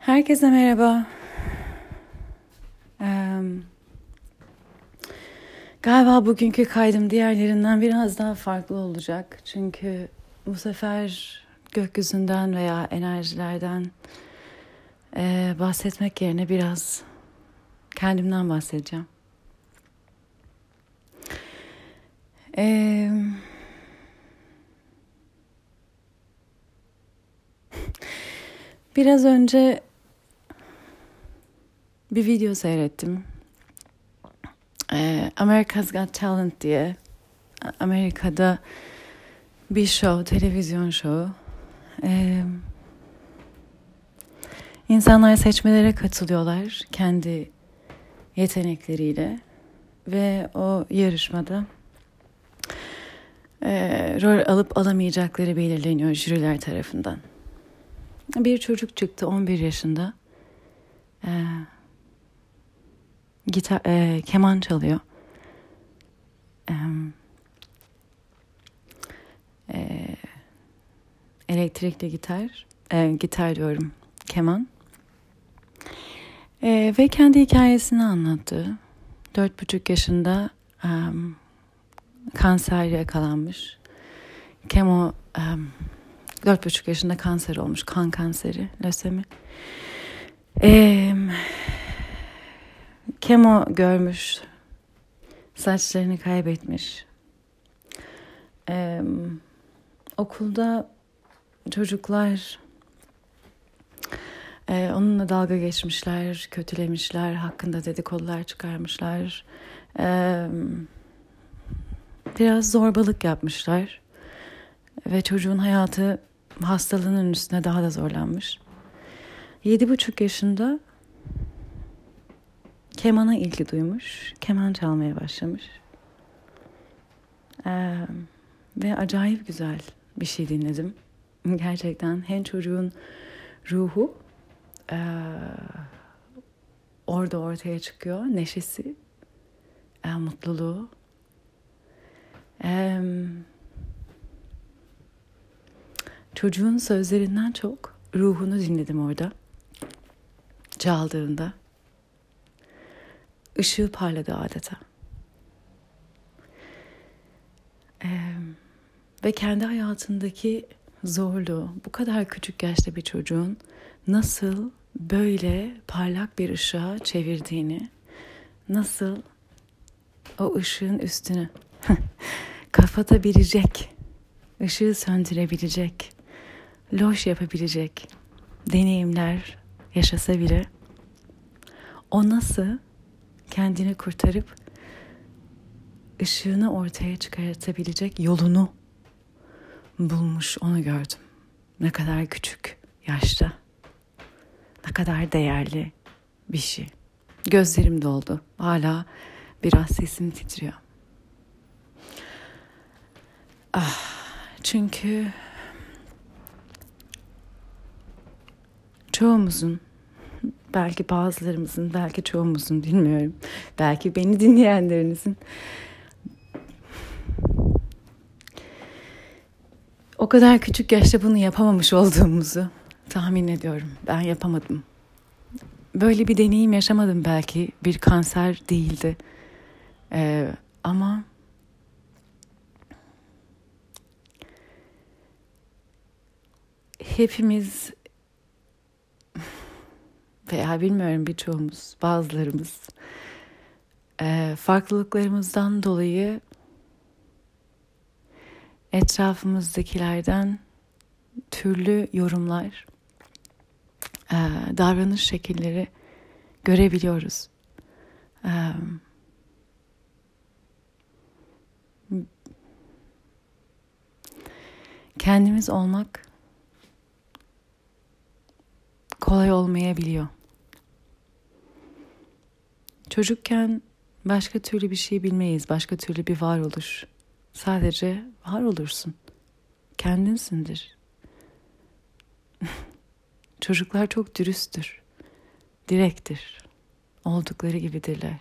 Herkese merhaba. Eee, Galiba bugünkü kaydım diğerlerinden biraz daha farklı olacak. Çünkü bu sefer gökyüzünden veya enerjilerden bahsetmek yerine biraz kendimden bahsedeceğim. Eee, Biraz önce bir video seyrettim. America's Got Talent diye. Amerika'da bir televizyon şovu. İnsanlar seçmelere katılıyorlar kendi yetenekleriyle ve o yarışmada rol alıp alamayacakları belirleniyor jüriler tarafından. Bir çocuk çıktı 11 yaşında. Keman çalıyor. Elektrikli gitar diyorum, keman. Ve kendi hikayesini anlattı. 4,5 yaşında kanser yakalanmış. 4,5 yaşında kanser olmuş. Kan kanseri, lösemi. Kemo görmüş. Saçlarını kaybetmiş. Okulda çocuklar onunla dalga geçmişler, kötülemişler, hakkında dedikodular çıkarmışlar. Biraz zorbalık yapmışlar. Ve çocuğun hayatı hastalığının üstüne daha da zorlanmış. 7,5 yaşında kemana ilgi duymuş. Keman çalmaya başlamış. Ve acayip güzel bir şey dinledim. Gerçekten hem çocuğun ruhu orada ortaya çıkıyor. Neşesi, mutluluğu. Çocuğun sözlerinden çok ruhunu dinledim orada. Çaldığında. Işığı parladı adeta. Ve kendi hayatındaki zorluğu, bu kadar küçük yaşta bir çocuğun nasıl böyle parlak bir ışığa çevirdiğini, nasıl o ışığın üstünü kapatabilecek, ışığı söndürebilecek, loş yapabilecek deneyimler yaşasa bile o nasıl kendini kurtarıp ışığını ortaya çıkartabilecek yolunu bulmuş, onu gördüm. Ne kadar küçük yaşta, ne kadar değerli bir şey. Gözlerim doldu. Hala biraz sesim titriyor. Çünkü çoğumuzun, belki bazılarımızın, belki çoğumuzun, bilmiyorum. Belki beni dinleyenlerinizin o kadar küçük yaşta bunu yapamamış olduğumuzu tahmin ediyorum. Ben yapamadım. Böyle bir deneyim yaşamadım belki. Bir kanser değildi. Ama hepimiz veya bilmiyorum birçoğumuz, bazılarımız farklılıklarımızdan dolayı etrafımızdakilerden türlü yorumlar, davranış şekilleri görebiliyoruz. Kendimiz olmak kolay olmayabiliyor. Çocukken başka türlü bir şey bilmeyiz, başka türlü bir varoluş. Sadece var olursun. Kendinsindir. Çocuklar çok dürüsttür, direkttir. Oldukları gibidirler.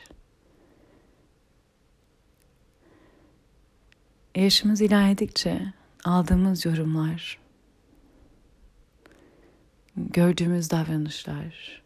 Yaşımız ilerledikçe aldığımız yorumlar gördüğümüz davranışlar,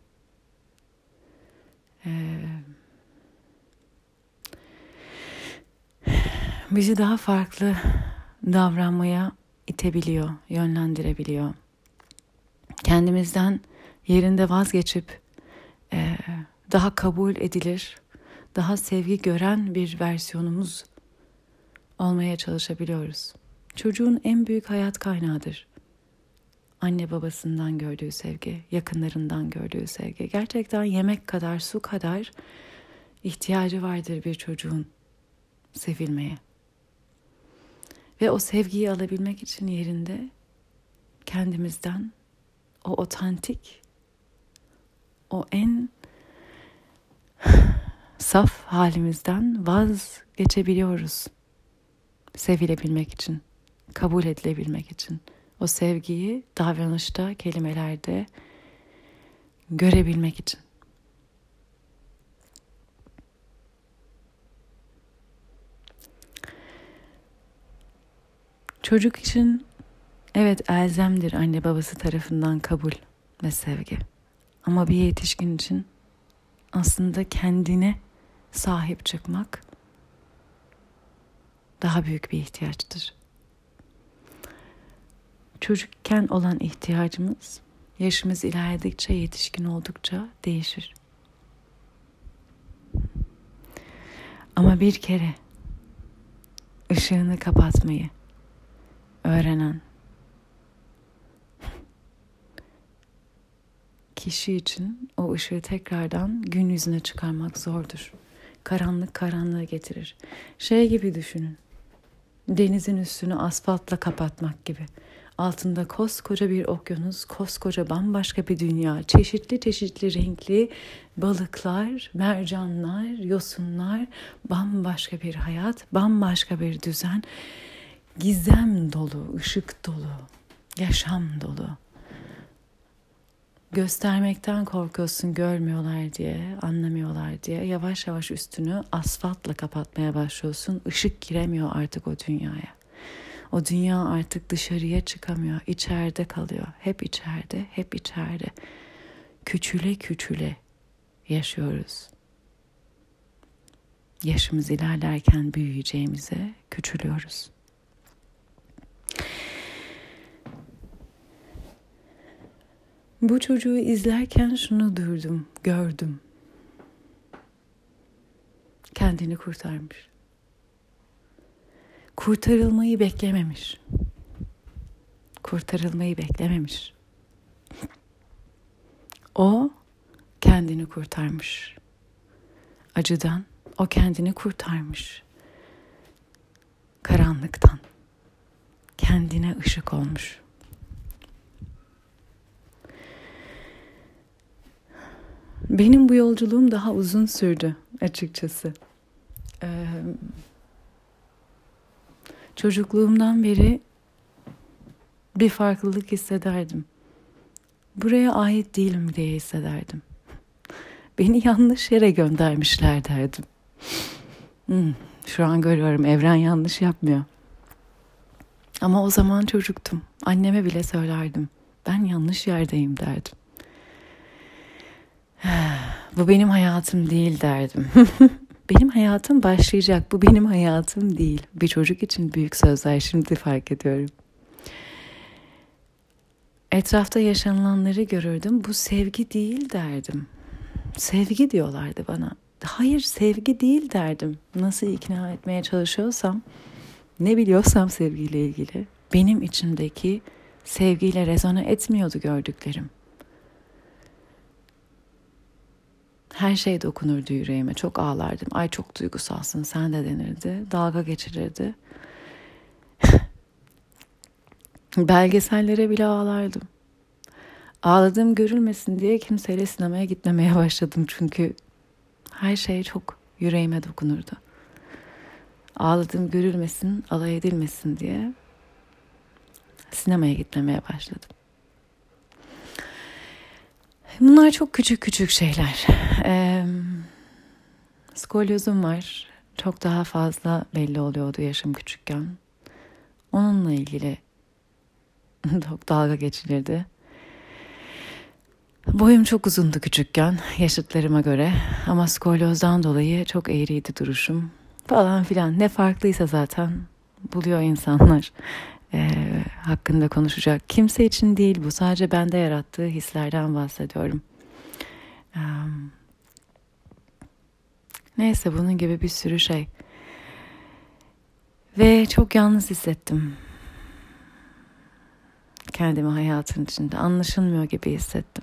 bizi daha farklı davranmaya itebiliyor, yönlendirebiliyor. Kendimizden yerinde vazgeçip daha kabul edilir, daha sevgi gören bir versiyonumuz olmaya çalışabiliyoruz. Çocuğun en büyük hayat kaynağıdır. Anne babasından gördüğü sevgi, yakınlarından gördüğü sevgi. Gerçekten yemek kadar, su kadar ihtiyacı vardır bir çocuğun sevilmeye. Ve o sevgiyi alabilmek için yerinde kendimizden, o otantik, o en saf halimizden vazgeçebiliyoruz. Sevilebilmek için, kabul edilebilmek için. O sevgiyi davranışta, kelimelerde görebilmek için. Çocuk için evet elzemdir anne babası tarafından kabul ve sevgi. Ama bir yetişkin için aslında kendine sahip çıkmak daha büyük bir ihtiyaçtır. Çocukken olan ihtiyacımız yaşımız ilerledikçe, yetişkin oldukça değişir. Ama bir kere ışığını kapatmayı öğrenen kişi için o ışığı tekrardan gün yüzüne çıkarmak zordur. Karanlık karanlığı getirir. Şey gibi düşünün. Denizin üstünü asfaltla kapatmak gibi. Altında koskoca bir okyanus, koskoca bambaşka bir dünya, çeşitli çeşitli renkli balıklar, mercanlar, yosunlar, bambaşka bir hayat, bambaşka bir düzen, gizem dolu, ışık dolu, yaşam dolu. Göstermekten korkuyorsun, görmüyorlar diye, anlamıyorlar diye. Yavaş yavaş üstünü asfaltla kapatmaya başlıyorsun. Işık giremiyor artık o dünyaya. O dünya artık dışarıya çıkamıyor. İçeride kalıyor. Hep içeride, hep içeride. Küçüle küçüle yaşıyoruz. Yaşımız ilerlerken büyüyeceğimize küçülüyoruz. Bu çocuğu izlerken şunu duydum, gördüm. Kendini kurtarmış. Kurtarılmayı beklememiş. Kurtarılmayı beklememiş. O kendini kurtarmış. Acıdan o kendini kurtarmış. Karanlıktan kendine ışık olmuş. Benim bu yolculuğum daha uzun sürdü açıkçası. Çocukluğumdan beri bir farklılık hissederdim. Buraya ait değilim diye hissederdim. Beni yanlış yere göndermişler derdim. Şu an görüyorum, evren yanlış yapmıyor. Ama o zaman çocuktum. Anneme bile söylerdim. Ben yanlış yerdeyim derdim. Bu benim hayatım değil derdim. Benim hayatım başlayacak. Bu benim hayatım değil. Bir çocuk için büyük sözler, şimdi fark ediyorum. Etrafta yaşanılanları görürdüm. Bu sevgi değil derdim. Sevgi diyorlardı bana. Hayır, sevgi değil derdim. Nasıl ikna etmeye çalışıyorsam, ne biliyorsam sevgiyle ilgili, benim içimdeki sevgiyle rezone etmiyordu gördüklerim. Her şey dokunurdu yüreğime. Çok ağlardım. Ay çok duygusalsın sen de denirdi. Dalga geçirirdi. Belgesellere bile ağlardım. Ağladığım görülmesin diye kimseyle sinemaya gitmemeye başladım. Çünkü her şey çok yüreğime dokunurdu. Ağladığım görülmesin, alay edilmesin diye sinemaya gitmemeye başladım. Bunlar çok küçük küçük şeyler. Skolyozum var. Çok daha fazla belli oluyordu yaşım küçükken. Onunla ilgili çok dalga geçilirdi. Boyum çok uzundu küçükken yaşıtlarıma göre ama skolyozdan dolayı çok eğriydi duruşum falan filan. Ne farklıysa zaten buluyor insanlar hakkında konuşacak. Kimse için değil bu, sadece bende yarattığı hislerden bahsediyorum. Neyse, bunun gibi bir sürü şey. Ve çok yalnız hissettim. Kendimi hayatın içinde anlaşılmıyor gibi hissettim.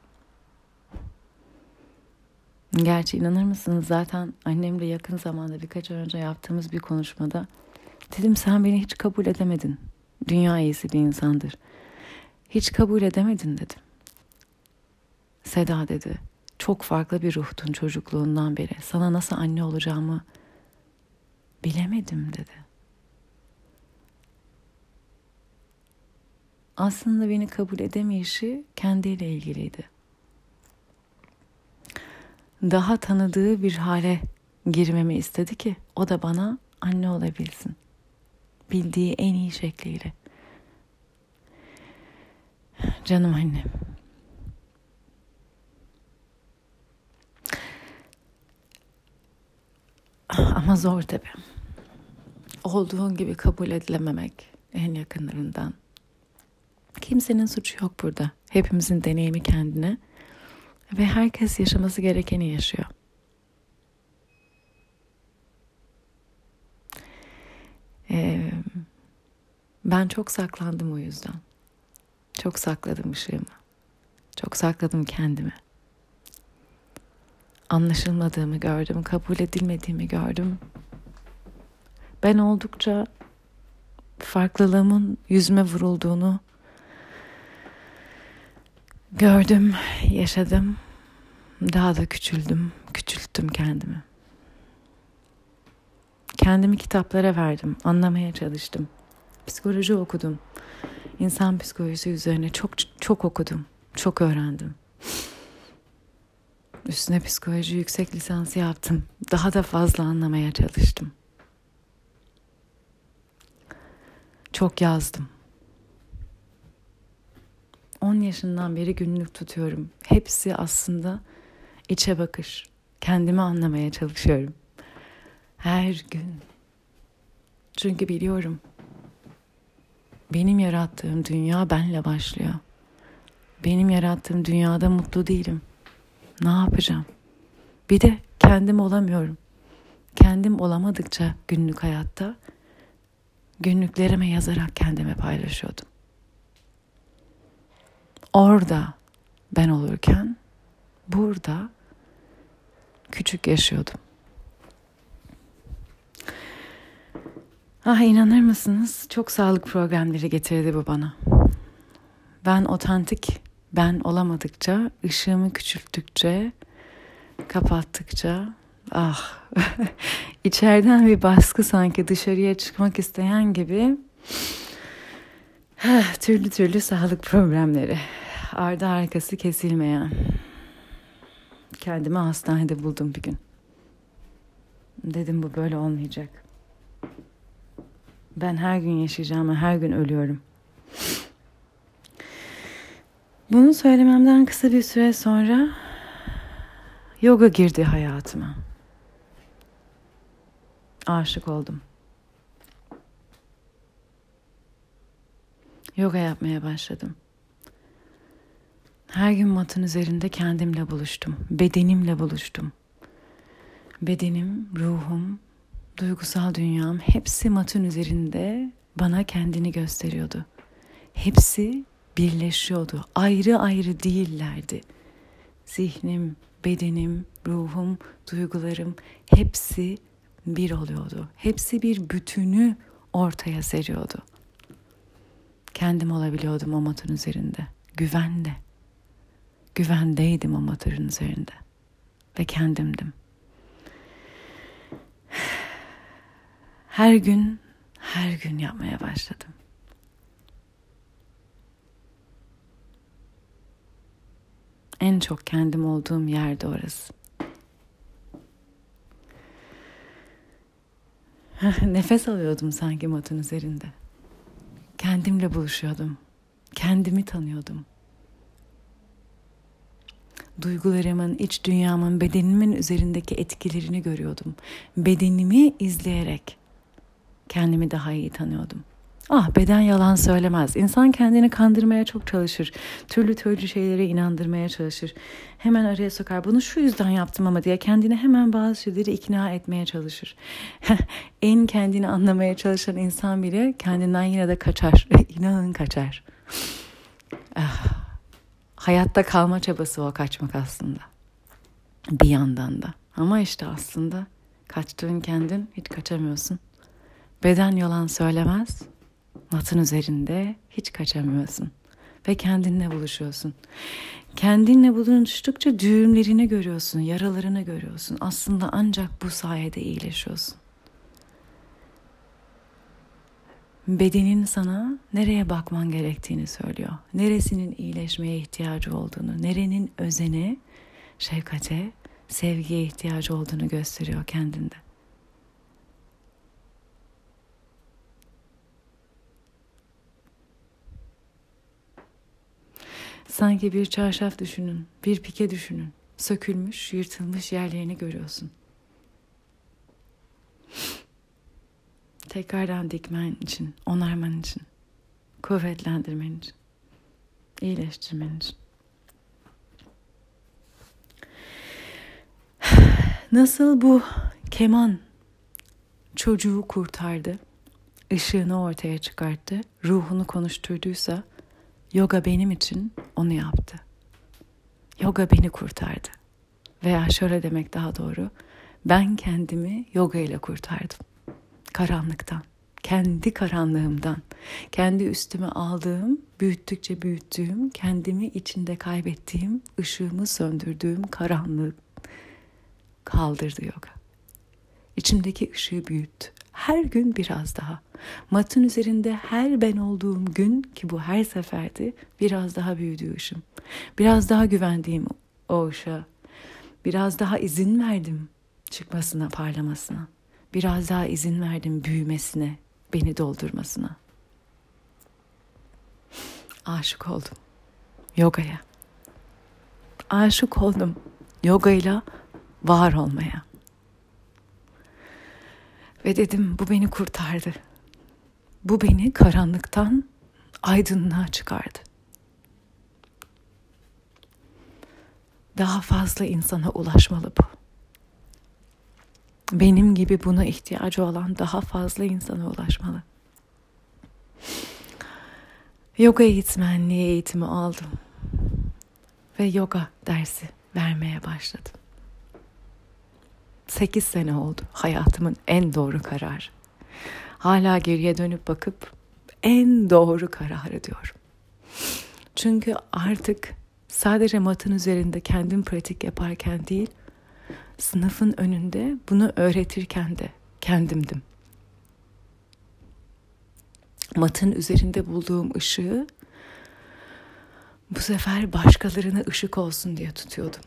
Gerçi inanır mısınız, zaten annemle yakın zamanda birkaç ay önce yaptığımız bir konuşmada dedim, sen beni hiç kabul edemedin. Dünya iyisi bir insandır. Hiç kabul edemedin dedim. Seda dedi, çok farklı bir ruhtun çocukluğundan beri. Sana nasıl anne olacağımı bilemedim dedi. Aslında beni kabul edemeyişi kendiyle ilgiliydi. Daha tanıdığı bir hale girmemi istedi ki o da bana anne olabilsin. Bildiği en iyi şekliyle. Canım annem. Ama zor tabii. Olduğun gibi kabul edilememek en yakınlarından. Kimsenin suçu yok burada. Hepimizin deneyimi kendine. Ve herkes yaşaması gerekeni yaşıyor. Ben çok saklandım o yüzden. Çok sakladım ışığımı. Çok sakladım kendimi. Anlaşılmadığımı gördüm, kabul edilmediğimi gördüm. Ben oldukça farklılığımın yüzüme vurulduğunu gördüm, yaşadım. Daha da küçülttüm kendimi. Kendimi kitaplara verdim, anlamaya çalıştım. Psikoloji okudum. İnsan psikolojisi üzerine çok okudum, çok öğrendim. Üstüne psikoloji yüksek lisansı yaptım. Daha da fazla anlamaya çalıştım. Çok yazdım. 10 yaşından beri günlük tutuyorum. Hepsi aslında içe bakış. Kendimi anlamaya çalışıyorum. Her gün. Çünkü biliyorum. Benim yarattığım dünya benle başlıyor. Benim yarattığım dünyada mutlu değilim. Ne yapacağım? Bir de kendim olamıyorum. Kendim olamadıkça günlük hayatta günlüklerime yazarak kendime paylaşıyordum. Orada ben olurken burada küçük yaşıyordum. İnanır mısınız? Çok sağlık programları getirdi bu bana. Ben otantik ben olamadıkça, ışığımı küçülttükçe, kapattıkça, içeriden bir baskı sanki dışarıya çıkmak isteyen gibi türlü sağlık problemleri, ardı arkası kesilmeyen. Kendimi hastanede buldum bir gün. Dedim bu böyle olmayacak. Ben her gün yaşayacağım ve her gün ölüyorum. Bunu söylememden kısa bir süre sonra yoga girdi hayatıma. Aşık oldum. Yoga yapmaya başladım. Her gün matın üzerinde kendimle buluştum. Bedenimle buluştum. Bedenim, ruhum, duygusal dünyam hepsi matın üzerinde bana kendini gösteriyordu. Hepsi birleşiyordu. Ayrı ayrı değillerdi. Zihnim, bedenim, ruhum, duygularım hepsi bir oluyordu. Hepsi bir bütünü ortaya seriyordu. Kendim olabiliyordum o matın üzerinde. Güvendeydim o matın üzerinde. Ve kendimdim. Her gün yapmaya başladım. En çok kendim olduğum yerde orası. Nefes alıyordum sanki matın üzerinde. Kendimle buluşuyordum. Kendimi tanıyordum. duygularımın, iç dünyamın, bedenimin üzerindeki etkilerini görüyordum. Bedenimi izleyerek kendimi daha iyi tanıyordum. Beden yalan söylemez. İnsan kendini kandırmaya çok çalışır. Türlü şeylere inandırmaya çalışır. Hemen araya sokar. Bunu şu yüzden yaptım ama diye kendini hemen bazı şeyleri ikna etmeye çalışır. En kendini anlamaya çalışan insan bile kendinden yine de kaçar. İnanın kaçar. Hayatta kalma çabası o kaçmak aslında. Bir yandan da. Ama işte aslında kaçtığın kendin, hiç kaçamıyorsun. Beden yalan söylemez. Matın üzerinde hiç kaçamıyorsun. Ve kendinle buluşuyorsun. Kendinle buluştukça düğümlerini görüyorsun, yaralarını görüyorsun. Aslında ancak bu sayede iyileşiyorsun. Bedenin sana nereye bakman gerektiğini söylüyor. Neresinin iyileşmeye ihtiyacı olduğunu, nerenin özene, şefkate, sevgiye ihtiyacı olduğunu gösteriyor kendinde. Sanki bir çarşaf düşünün, bir pike düşünün. Sökülmüş, yırtılmış yerlerini görüyorsun. Tekrardan dikmen için, onarman için, kuvvetlendirmen için, iyileştirmen için. Nasıl bu keman çocuğu kurtardı, ışığını ortaya çıkarttı, ruhunu konuşturduysa, yoga benim için onu yaptı. Yoga beni kurtardı. Veya şöyle demek daha doğru, ben kendimi yoga ile kurtardım. Karanlıktan, kendi karanlığımdan, kendi üstüme aldığım, büyüttükçe büyüttüğüm, kendimi içinde kaybettiğim, ışığımı söndürdüğüm karanlığı kaldırdı yoga. İçimdeki ışığı büyüttü. Her gün biraz daha. Matın üzerinde her ben olduğum gün, ki bu her seferdi, biraz daha büyüdü ışım. Biraz daha güvendiğim o ışığa. Biraz daha izin verdim çıkmasına, parlamasına. Biraz daha izin verdim büyümesine, beni doldurmasına. Aşık oldum yogaya. Aşık oldum yogayla var olmaya. Ve dedim bu beni kurtardı. Bu beni karanlıktan aydınlığa çıkardı. Daha fazla insana ulaşmalı bu. Benim gibi buna ihtiyacı olan daha fazla insana ulaşmalı. Yoga eğitmenliği eğitimi aldım. Ve yoga dersi vermeye başladım. 8 sene oldu hayatımın en doğru kararı. Hala geriye dönüp bakıp en doğru kararı diyorum. Çünkü artık sadece matın üzerinde kendim pratik yaparken değil, sınıfın önünde bunu öğretirken de kendimdim. Matın üzerinde bulduğum ışığı bu sefer başkalarına ışık olsun diye tutuyordum.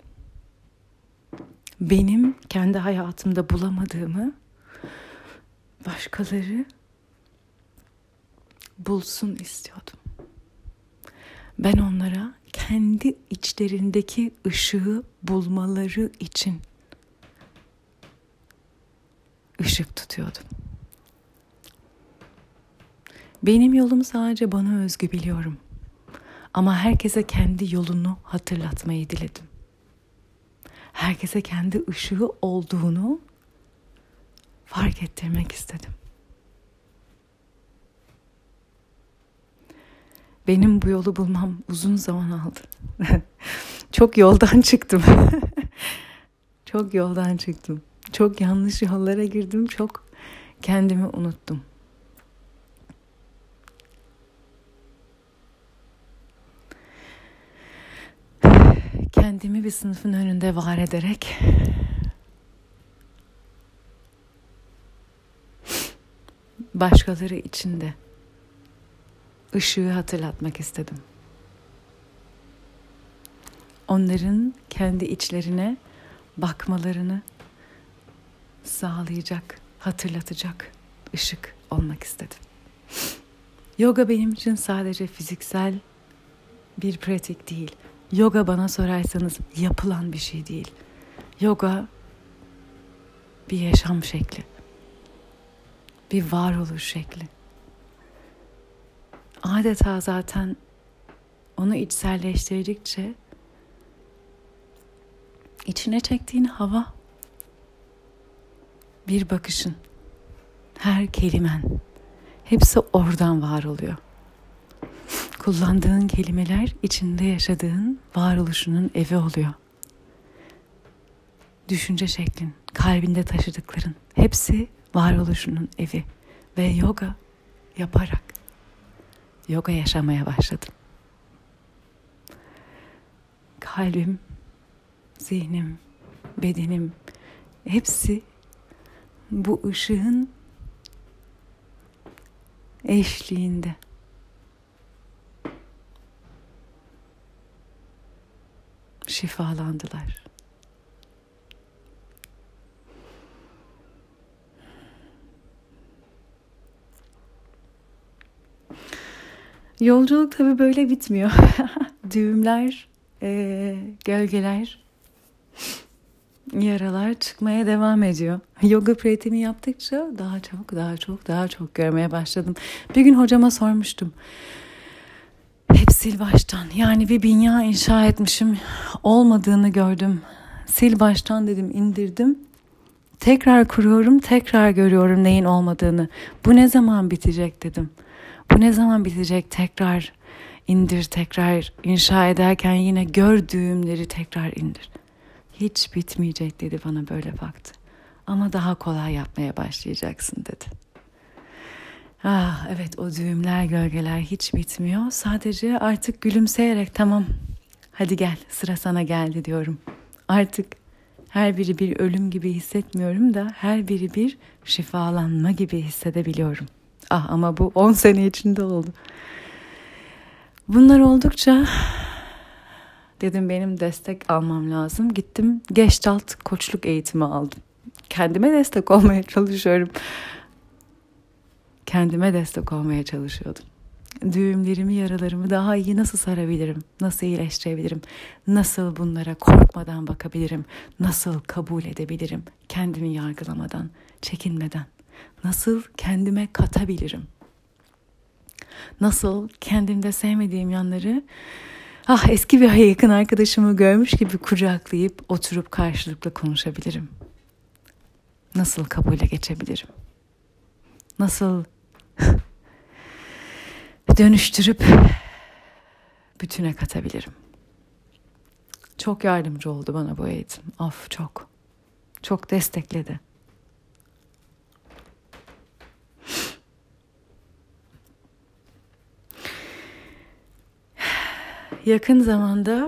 Benim kendi hayatımda bulamadığımı başkaları bulsun istiyordum. Ben onlara kendi içlerindeki ışığı bulmaları için ışık tutuyordum. Benim yolum sadece bana özgü biliyorum. Ama herkese kendi yolunu hatırlatmayı diledim. Herkese kendi ışığı olduğunu fark ettirmek istedim. Benim bu yolu bulmam uzun zaman aldı. Çok yoldan çıktım. Çok yoldan çıktım. Çok yanlış yollara girdim. Çok kendimi unuttum. Kendimi bir sınıfın önünde var ederek başkaları için de ışığı hatırlatmak istedim. Onların kendi içlerine bakmalarını sağlayacak, hatırlatacak ışık olmak istedim. Yoga benim için sadece fiziksel bir pratik değil. Yoga bana sorarsanız yapılan bir şey değil. Yoga bir yaşam şekli. Bir varoluş şekli. Adeta zaten onu içselleştirdikçe içine çektiğin hava, bir bakışın, her kelimen, hepsi oradan var oluyor. Kullandığın kelimeler içinde yaşadığın varoluşunun evi oluyor. Düşünce şeklin, kalbinde taşıdıkların hepsi varoluşunun evi. Ve yoga yaparak yoga yaşamaya başladım. Kalbim, zihnim, bedenim hepsi bu ışığın eşliğinde. Şifalandılar. Yolculuk tabii böyle bitmiyor. Düğümler, gölgeler, yaralar çıkmaya devam ediyor. Yoga pratiğimi yaptıkça daha çok görmeye başladım. Bir gün hocama sormuştum. Hep sil baştan. Yani bir bina inşa etmişim. Olmadığını gördüm. Sil baştan dedim, indirdim. Tekrar kuruyorum, tekrar görüyorum neyin olmadığını. Bu ne zaman bitecek dedim. Bu ne zaman bitecek? Tekrar indir, tekrar inşa ederken yine gördüğümleri tekrar indir. Hiç bitmeyecek dedi, bana böyle baktı. Ama daha kolay yapmaya başlayacaksın dedi. Evet, o düğümler, gölgeler hiç bitmiyor. Sadece artık gülümseyerek tamam, hadi gel, sıra sana geldi diyorum. Artık her biri bir ölüm gibi hissetmiyorum da her biri bir şifalanma gibi hissedebiliyorum. Ama bu 10 sene içinde oldu. Bunlar oldukça dedim benim destek almam lazım. Gittim Gestalt koçluk eğitimi aldım. Kendime destek olmaya çalışıyorum. Kendime destek olmaya çalışıyordum. Düğümlerimi, yaralarımı daha iyi nasıl sarabilirim? Nasıl iyileştirebilirim? Nasıl bunlara korkmadan bakabilirim? Nasıl kabul edebilirim? Kendimi yargılamadan, çekinmeden. Nasıl kendime katabilirim? Nasıl kendimde sevmediğim yanları eski bir yakın arkadaşımı görmüş gibi kucaklayıp oturup karşılıklı konuşabilirim? Nasıl kabule geçebilirim? Nasıl dönüştürüp bütüne katabilirim? Çok yardımcı oldu bana bu eğitim. Çok. Çok destekledi. Yakın zamanda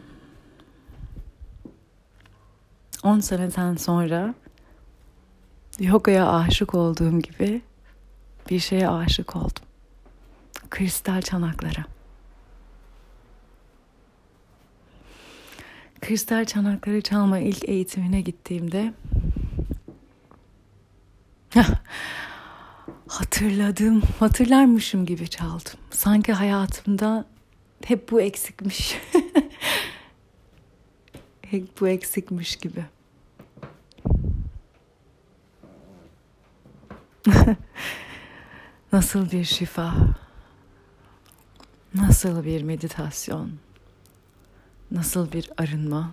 10 seneden sonra yogaya aşık olduğum gibi bir şeye aşık oldum. Kristal çanaklara. Kristal çanakları çalma ilk eğitimine gittiğimde hatırlarmışım gibi çaldım. Sanki hayatımda hep bu eksikmiş. Hep bu eksikmiş gibi. Nasıl bir şifa, nasıl bir meditasyon, nasıl bir arınma.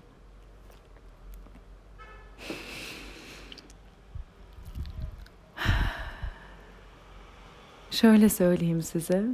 Şöyle söyleyeyim size.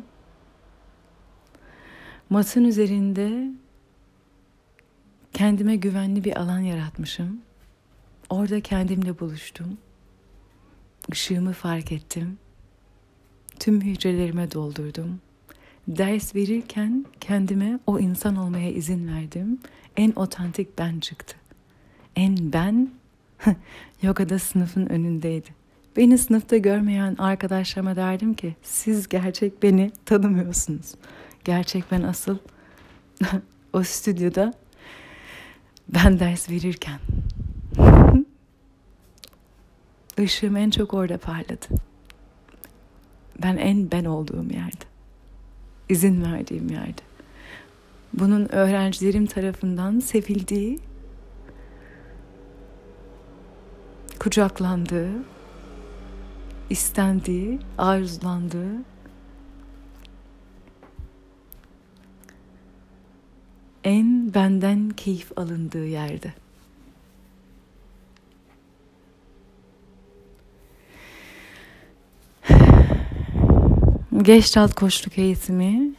Matın üzerinde kendime güvenli bir alan yaratmışım. Orada kendimle buluştum. Işığımı fark ettim. Tüm hücrelerime doldurdum. Ders verirken kendime o insan olmaya izin verdim. En otantik ben çıktı. En ben yogada sınıfın önündeydi. Beni sınıfta görmeyen arkadaşlarıma derdim ki siz gerçek beni tanımıyorsunuz. Gerçek ben asıl o stüdyoda ben ders verirken. Işığım en çok orada parladı. Ben en ben olduğum yerde. İzin verdiğim yerde. bunun öğrencilerim tarafından sevildiği, kucaklandığı, istendiği, arzulandığı, en benden keyif alındığı yerde. Gestalt koçluk eğitimi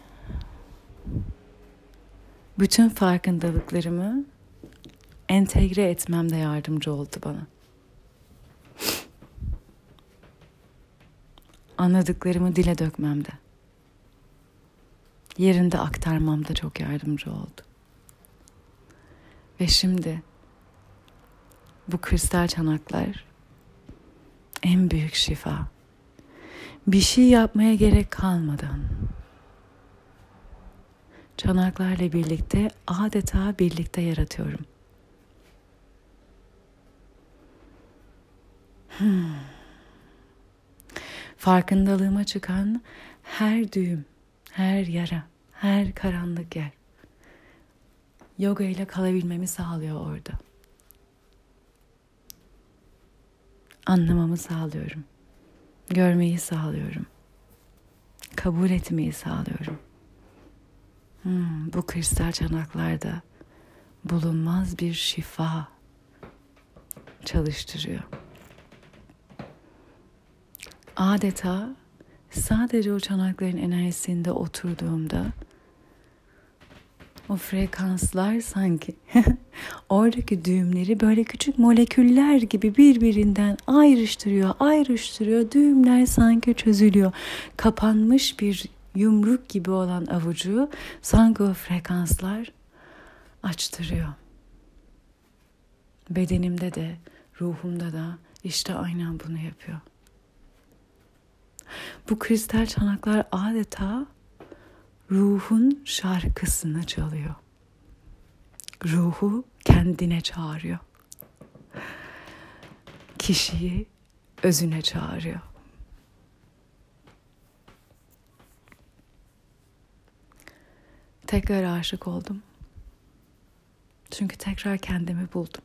bütün farkındalıklarımı entegre etmemde yardımcı oldu bana. Anladıklarımı dile dökmemde, yerinde aktarmamda çok yardımcı oldu. Ve şimdi bu kristal çanaklar en büyük şifa. Bir şey yapmaya gerek kalmadan çanaklarla birlikte adeta birlikte yaratıyorum. Farkındalığıma çıkan her düğüm, her yara, her karanlık yer yoga ile kalabilmemi sağlıyor orada. Anlamamı sağlıyorum. Görmeyi sağlıyorum. Kabul etmeyi sağlıyorum. Bu kristal çanaklarda bulunmaz bir şifa çalıştırıyor. Adeta sadece o çanakların enerjisinde oturduğumda o frekanslar sanki oradaki düğümleri böyle küçük moleküller gibi birbirinden ayrıştırıyor. Düğümler sanki çözülüyor. Kapanmış bir yumruk gibi olan avucu sanki o frekanslar açtırıyor. Bedenimde de, ruhumda da işte aynen bunu yapıyor. Bu kristal çanaklar adeta ruhun şarkısını çalıyor. Ruhu kendine çağırıyor. Kişiyi özüne çağırıyor. Tekrar aşık oldum. Çünkü tekrar kendimi buldum.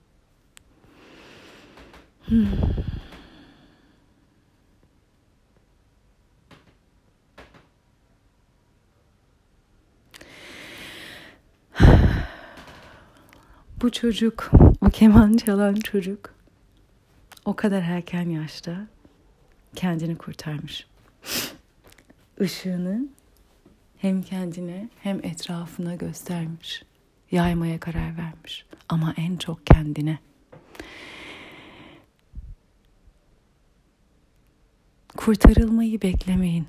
Bu çocuk, o keman çalan çocuk o kadar erken yaşta kendini kurtarmış. Işığını hem kendine hem etrafına göstermiş. Yaymaya karar vermiş. Ama en çok kendine. Kurtarılmayı beklemeyin.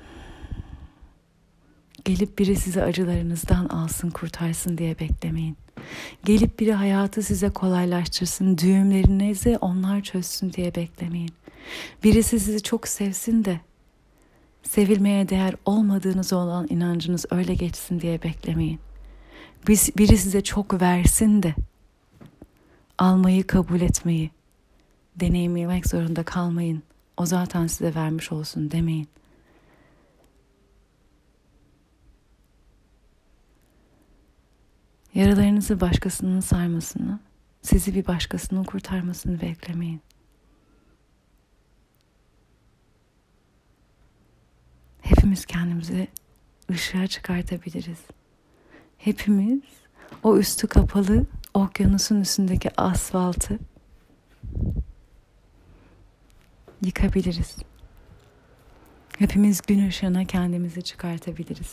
Gelip biri sizi acılarınızdan alsın, kurtarsın diye beklemeyin. Gelip biri hayatı size kolaylaştırsın, düğümlerinizi onlar çözsün diye beklemeyin. Birisi sizi çok sevsin de sevilmeye değer olmadığınız olan inancınız öyle geçsin diye beklemeyin. Biri size çok versin de almayı kabul etmeyi, deneyimlemek zorunda kalmayın. O zaten size vermiş olsun demeyin. Yaralarınızı başkasının sarmasını, sizi bir başkasının kurtarmasını beklemeyin. Hepimiz kendimizi ışığa çıkartabiliriz. Hepimiz o üstü kapalı okyanusun üstündeki asfaltı yıkabiliriz. Hepimiz gün ışığına kendimizi çıkartabiliriz.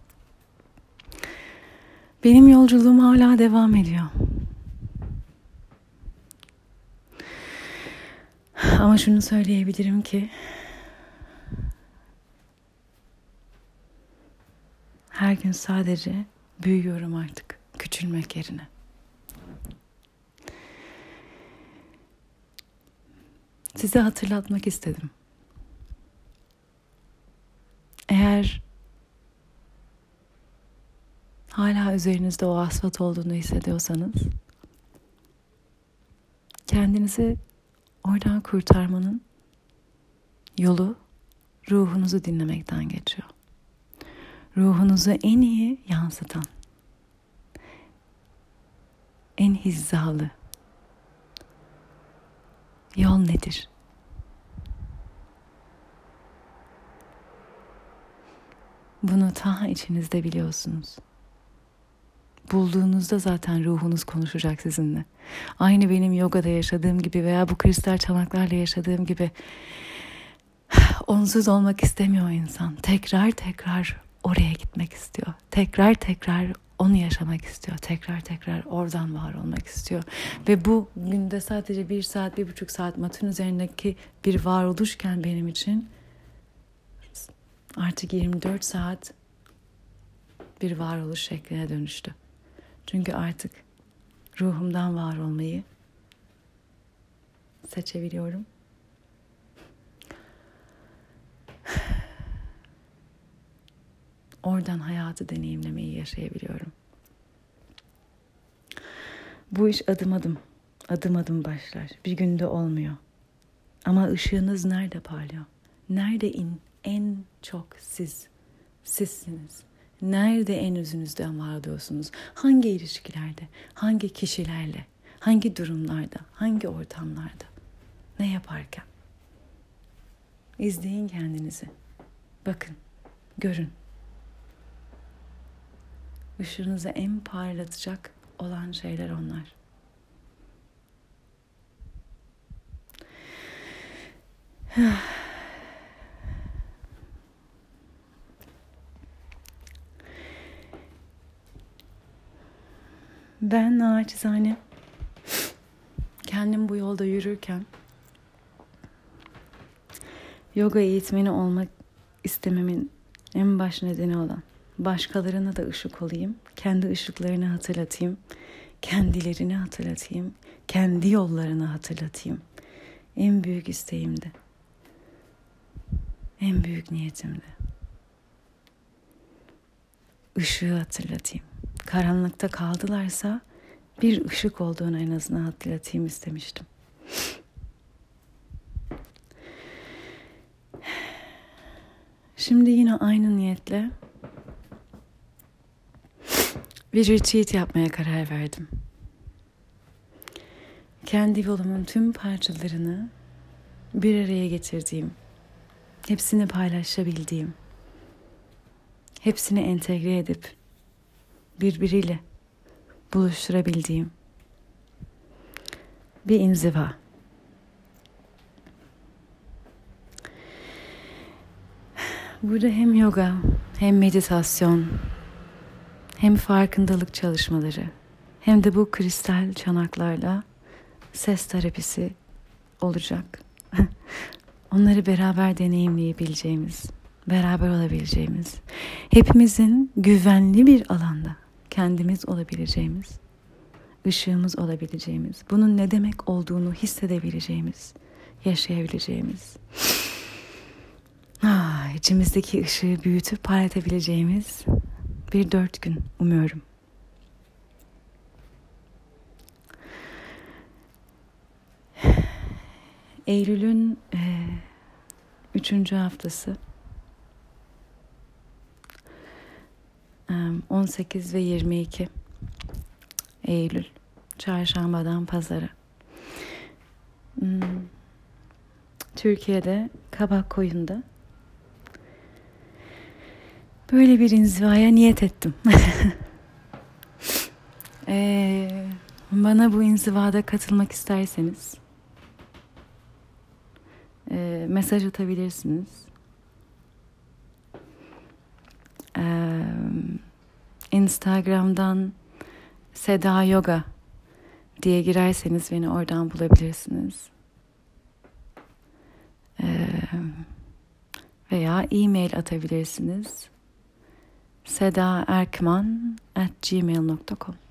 Benim yolculuğum hala devam ediyor. Ama şunu söyleyebilirim ki her gün sadece büyüyorum artık, küçülmek yerine. Size hatırlatmak istedim. Eğer hala üzerinizde o asfalt olduğunu hissediyorsanız, kendinizi oradan kurtarmanın yolu ruhunuzu dinlemekten geçiyor. Ruhunuzu en iyi yansıtan, en hizalı yol nedir? Bunu ta içinizde biliyorsunuz. Bulduğunuzda zaten ruhunuz konuşacak sizinle. Aynı benim yogada yaşadığım gibi veya bu kristal çanaklarla yaşadığım gibi onsuz olmak istemiyor insan. Tekrar tekrar oraya gitmek istiyor. Tekrar tekrar onu yaşamak istiyor. Tekrar tekrar oradan var olmak istiyor. Ve bu günde sadece 1 saat, 1,5 saat matın üzerindeki bir varoluşken benim için artık 24 saat bir varoluş şekline dönüştü. Çünkü artık ruhumdan var olmayı seçebiliyorum. Oradan hayatı deneyimlemeyi yaşayabiliyorum. Bu iş adım adım başlar. Bir günde olmuyor. Ama ışığınız nerede parlıyor? Nerede en çok sizsiniz? Nerede en özünüzden var oluyorsunuz? Hangi ilişkilerde? Hangi kişilerle? Hangi durumlarda? Hangi ortamlarda? Ne yaparken? İzleyin kendinizi. Bakın, görün. Işığınızı en parlatacak olan şeyler onlar. Ben naçizane kendim bu yolda yürürken yoga eğitmeni olmak istememin en baş nedeni olan başkalarına da ışık olayım, kendi ışıklarını hatırlatayım, kendilerini hatırlatayım, kendi yollarını hatırlatayım. En büyük isteğimdi. En büyük niyetimdi. Işığı hatırlatayım. Karanlıkta kaldılarsa bir ışık olduğunu en azından hatırlatayım istemiştim. Şimdi yine aynı niyetle bir retreat yapmaya karar verdim. Kendi yolumun tüm parçalarını bir araya getirdiğim, hepsini paylaşabildiğim, hepsini entegre edip birbiriyle buluşturabildiğim bir inziva. Burada hem yoga, hem meditasyon, hem farkındalık çalışmaları, hem de bu kristal çanaklarla ses terapisi olacak. Onları beraber deneyimleyebileceğimiz, beraber olabileceğimiz, hepimizin güvenli bir alanda kendimiz olabileceğimiz, ışığımız olabileceğimiz, bunun ne demek olduğunu hissedebileceğimiz, yaşayabileceğimiz, içimizdeki ışığı büyütüp parlatabileceğimiz bir 4 gün umuyorum. Eylül'ün 3. haftası 18 ve 22 Eylül çarşambadan pazara. Türkiye'de Kabakkoyun'da böyle bir inzivaya niyet ettim. Bana bu inzivada katılmak isterseniz mesaj atabilirsiniz. Instagram'dan Seda Yoga diye girerseniz beni oradan bulabilirsiniz. Veya e-mail atabilirsiniz. sedaerkman@gmail.com.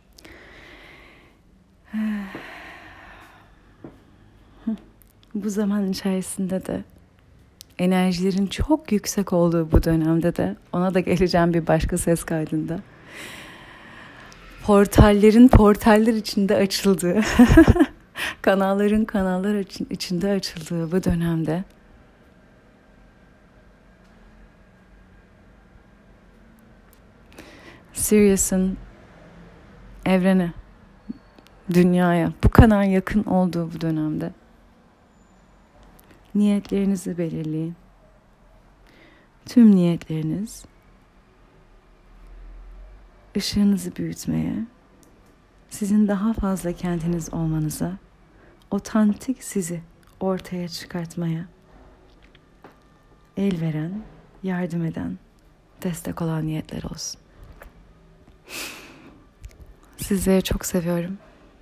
Bu zaman içerisinde de enerjilerin çok yüksek olduğu bu dönemde de ona da geleceğim bir başka ses kaydında. Portaller içinde açıldığı, kanallar içinde açıldığı bu dönemde Sirius'un evrene dünyaya bu kadar yakın olduğu bu dönemde niyetlerinizi belirleyin. Tüm niyetleriniz ışığınızı büyütmeye, sizin daha fazla kendiniz olmanıza, otantik sizi ortaya çıkartmaya el veren, yardım eden, destek olan niyetler olsun. Sizleri çok seviyorum.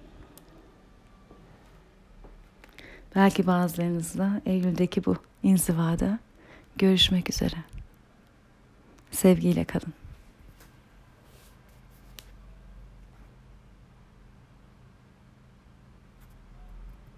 Belki bazılarınızla Eylül'deki bu inzivada görüşmek üzere. Sevgiyle kalın.